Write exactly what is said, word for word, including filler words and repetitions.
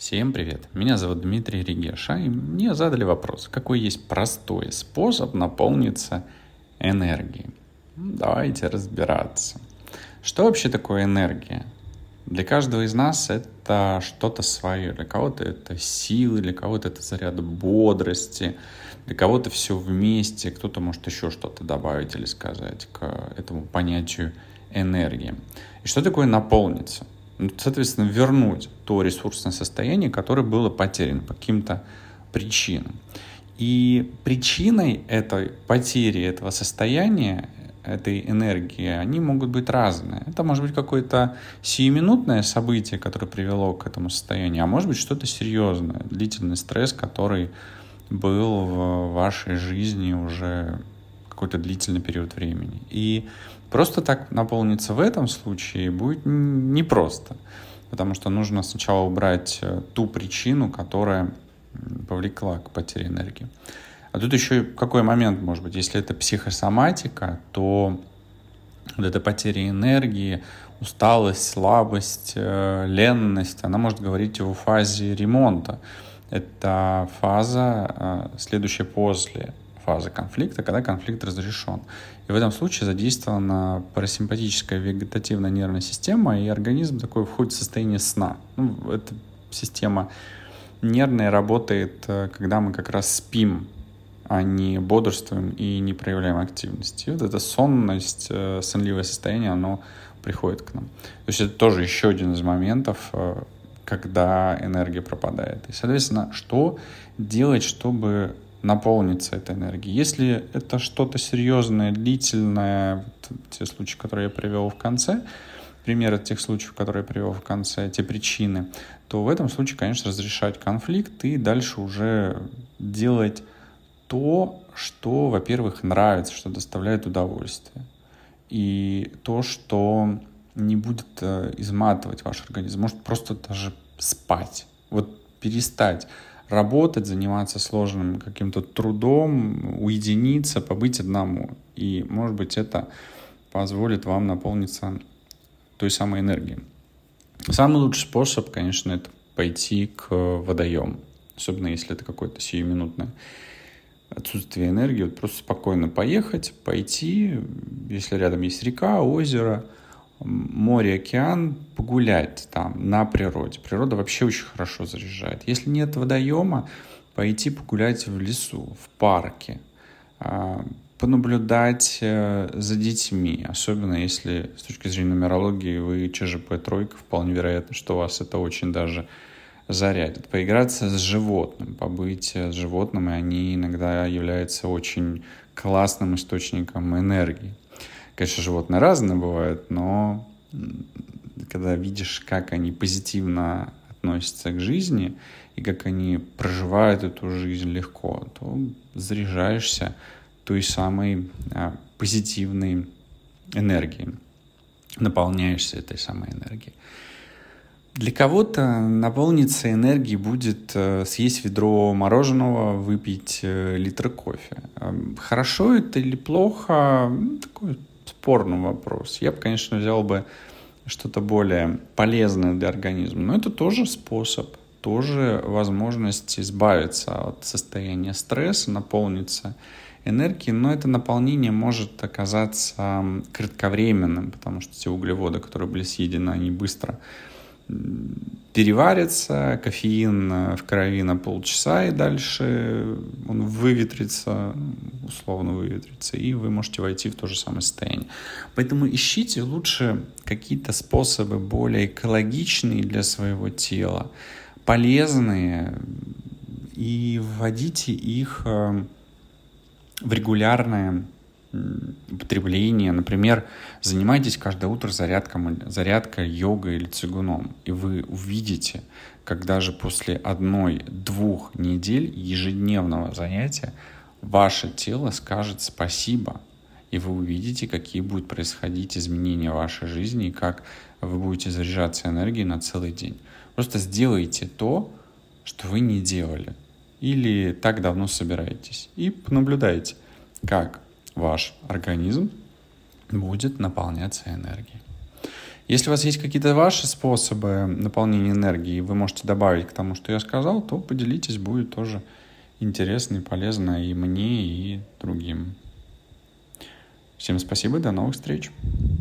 Всем привет! Меня зовут Дмитрий Регеша, и мне задали вопрос, какой есть простой способ наполниться энергией. Давайте разбираться. Что вообще такое энергия? Для каждого из нас это что-то свое. Для кого-то это силы, для кого-то это заряд бодрости, для кого-то все вместе, кто-то может еще что-то добавить или сказать к этому понятию энергии. И что такое наполниться? Соответственно, вернуть то ресурсное состояние, которое было потеряно по каким-то причинам. И причиной этой потери этого состояния, этой энергии, они могут быть разные. Это может быть какое-то сиюминутное событие, которое привело к этому состоянию, а может быть что-то серьезное, длительный стресс, который был в вашей жизни уже какой-то длительный период времени. И просто так наполниться в этом случае будет непросто, потому что нужно сначала убрать ту причину, которая повлекла к потере энергии. А тут еще какой момент может быть? Если это психосоматика, то вот эта потеря энергии, усталость, слабость, ленность, она может говорить о фазе ремонта. Это фаза, следующая после фазы конфликта, когда конфликт разрешен. И в этом случае задействована парасимпатическая вегетативная нервная система, и организм такой входит в состояние сна. Ну, эта система нервная работает, когда мы как раз спим, а не бодрствуем и не проявляем активности. И вот эта сонность, сонливое состояние, оно приходит к нам. То есть это тоже еще один из моментов, когда энергия пропадает. И, соответственно, что делать, чтобы наполниться этой энергией? Если это что-то серьезное, длительное, те случаи, которые я привел в конце, примеры тех случаев, которые я привел в конце, те причины, то в этом случае, конечно, разрешать конфликт и дальше уже делать то, что, во-первых, нравится, что доставляет удовольствие. И то, что не будет изматывать ваш организм. Может просто даже спать. Вот перестать работать, заниматься сложным каким-то трудом, уединиться, побыть одному. И, может быть, это позволит вам наполниться той самой энергией. Самый лучший способ, конечно, это пойти к водоему. Особенно, если это какое-то сиюминутное отсутствие энергии. Вот просто спокойно поехать, пойти, если рядом есть река, озеро, море, океан, погулять там на природе. Природа вообще очень хорошо заряжает. Если нет водоема, пойти погулять в лесу, в парке, понаблюдать за детьми, особенно если с точки зрения нумерологии вы ЧЖП тройка, вполне вероятно, что вас это очень даже зарядит. Поиграться с животным, побыть с животным, и они иногда являются очень классным источником энергии. Конечно, животные разные бывают, но когда видишь, как они позитивно относятся к жизни и как они проживают эту жизнь легко, то заряжаешься той самой а, позитивной энергией, наполняешься этой самой энергией. Для кого-то наполниться энергией будет э, съесть ведро мороженого, выпить э, литр кофе. Э, хорошо это или плохо? Такой спорный вопрос. Я бы, конечно, взял бы что-то более полезное для организма. Но это тоже способ, тоже возможность избавиться от состояния стресса, наполниться энергией. Но это наполнение может оказаться кратковременным, потому что те углеводы, которые были съедены, они быстро переварится, кофеин в крови на полчаса, и дальше он выветрится, условно выветрится, и вы можете войти в то же самое состояние. Поэтому ищите лучше какие-то способы более экологичные для своего тела, полезные, и вводите их в регулярное употребление. Например, занимайтесь каждое утро зарядкой, зарядкой, йогой или цигуном. И вы увидите, как даже после одной-двух недель ежедневного занятия ваше тело скажет спасибо. И вы увидите, какие будут происходить изменения в вашей жизни и как вы будете заряжаться энергией на целый день. Просто сделайте то, что вы не делали. Или так давно собираетесь. И понаблюдайте, как ваш организм будет наполняться энергией. Если у вас есть какие-то ваши способы наполнения энергии, вы можете добавить к тому, что я сказал, то поделитесь, будет тоже интересно и полезно и мне, и другим. Всем спасибо, до новых встреч!